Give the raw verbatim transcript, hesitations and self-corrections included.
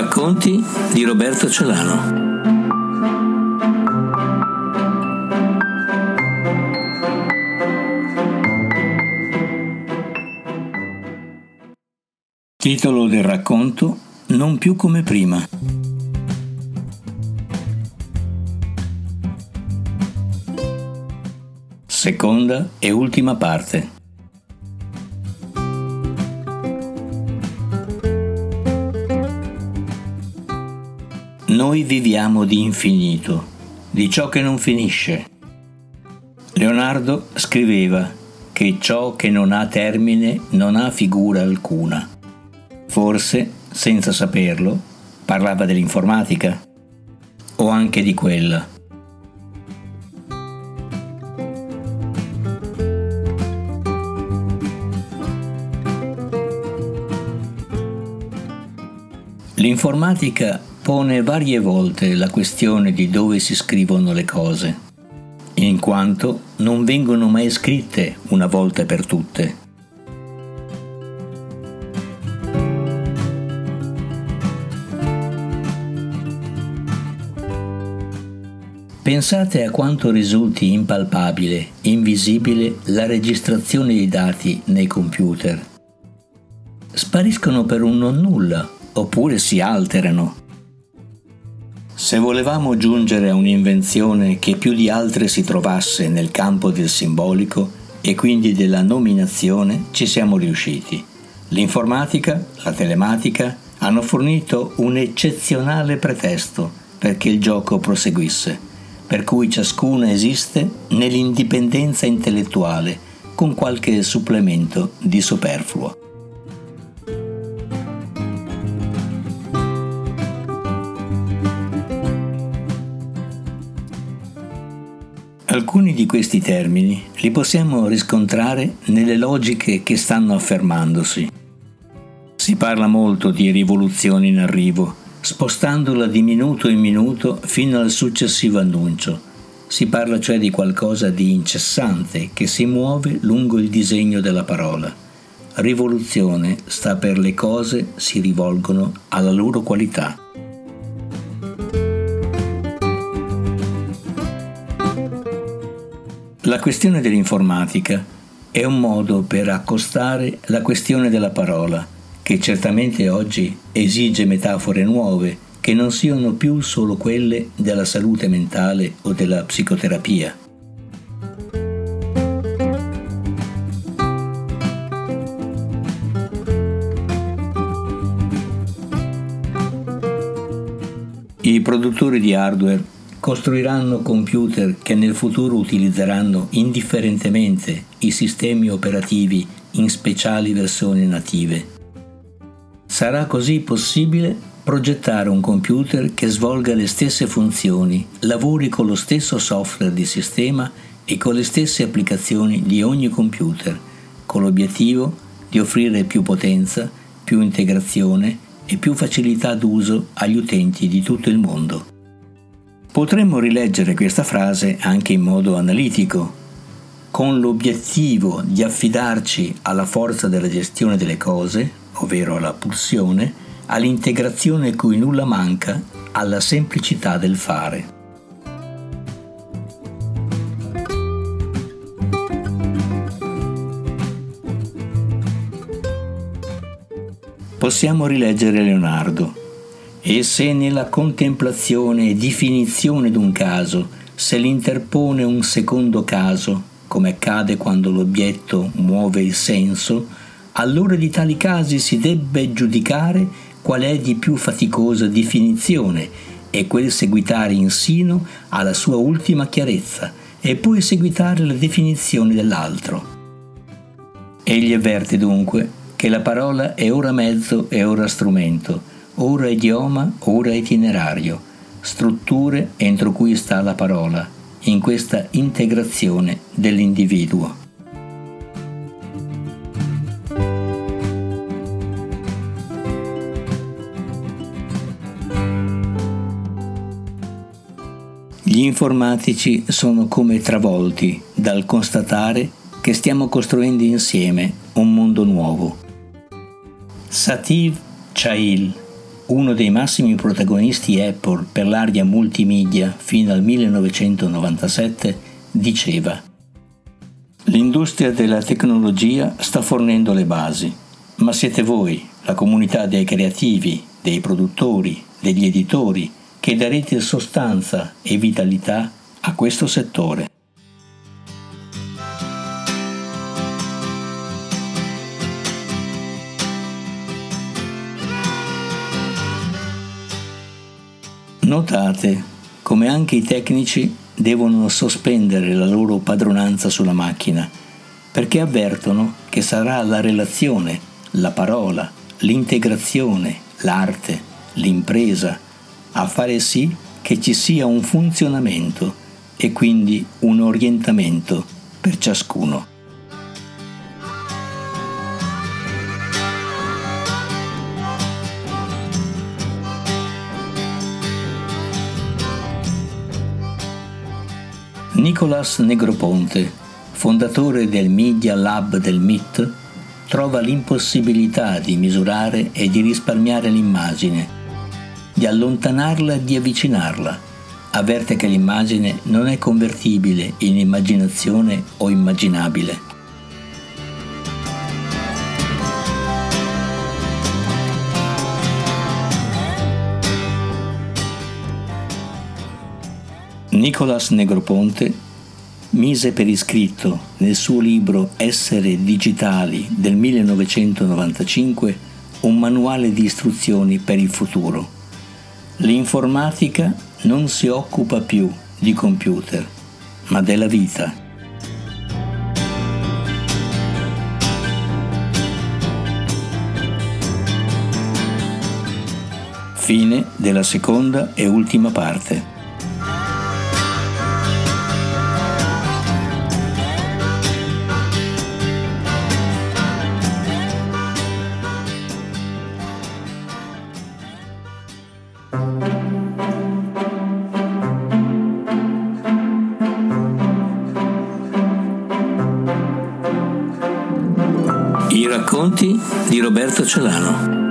Racconti di Roberto Celano. Titolo del racconto: Non più come prima. Seconda e ultima parte. Noi viviamo di infinito, di ciò che non finisce. Leonardo scriveva che ciò che non ha termine non ha figura alcuna. Forse, senza saperlo, parlava dell'informatica, o anche di quella. L'informatica pone varie volte la questione di dove si scrivono le cose, in quanto non vengono mai scritte una volta per tutte. Pensate a quanto risulti impalpabile, invisibile la registrazione di dati nei computer. Spariscono per un non nulla, oppure si alterano. Se volevamo giungere a un'invenzione che più di altre si trovasse nel campo del simbolico e quindi della nominazione, ci siamo riusciti. L'informatica, la telematica hanno fornito un eccezionale pretesto perché il gioco proseguisse, per cui ciascuna esiste nell'indipendenza intellettuale, con qualche supplemento di superfluo. Alcuni di questi termini li possiamo riscontrare nelle logiche che stanno affermandosi. Si parla molto di rivoluzione in arrivo, spostandola di minuto in minuto fino al successivo annuncio. Si parla cioè di qualcosa di incessante che si muove lungo il disegno della parola. Rivoluzione sta per le cose si rivolgono alla loro qualità. La questione dell'informatica è un modo per accostare la questione della parola, che certamente oggi esige metafore nuove, che non siano più solo quelle della salute mentale o della psicoterapia. I produttori di hardware costruiranno computer che nel futuro utilizzeranno indifferentemente i sistemi operativi in speciali versioni native. Sarà così possibile progettare un computer che svolga le stesse funzioni, lavori con lo stesso software di sistema e con le stesse applicazioni di ogni computer, con l'obiettivo di offrire più potenza, più integrazione e più facilità d'uso agli utenti di tutto il mondo. Potremmo rileggere questa frase anche in modo analitico, con l'obiettivo di affidarci alla forza della gestione delle cose, ovvero alla pulsione, all'integrazione cui nulla manca, alla semplicità del fare. Possiamo rileggere Leonardo. E se nella contemplazione e definizione d'un caso se l'interpone un secondo caso, come accade quando l'obietto muove il senso, allora di tali casi si debbe giudicare qual è di più faticosa definizione e quel seguitare insino alla sua ultima chiarezza e poi seguitare la definizione dell'altro. Egli avverte dunque che la parola è ora mezzo e ora strumento, ora idioma, ora itinerario, strutture entro cui sta la parola, in questa integrazione dell'individuo. Gli informatici sono come travolti dal constatare che stiamo costruendo insieme un mondo nuovo. Sativ Chahil, uno dei massimi protagonisti Apple per l'area multimedia fino al millenovecentonovantasette, diceva: «L'industria della tecnologia sta fornendo le basi, ma siete voi, la comunità dei creativi, dei produttori, degli editori, che darete sostanza e vitalità a questo settore». Notate come anche i tecnici devono sospendere la loro padronanza sulla macchina, perché avvertono che sarà la relazione, la parola, l'integrazione, l'arte, l'impresa a fare sì che ci sia un funzionamento e quindi un orientamento per ciascuno. Nicolas Negroponte, fondatore del Media Lab del M I T, trova l'impossibilità di misurare e di risparmiare l'immagine, di allontanarla e di avvicinarla. Avverte che l'immagine non è convertibile in immaginazione o immaginabile. Nicolas Negroponte mise per iscritto nel suo libro Essere digitali del millenovecentonovantacinque un manuale di istruzioni per il futuro. L'informatica non si occupa più di computer, ma della vita. Fine della seconda e ultima parte. I racconti di Roberto Celano.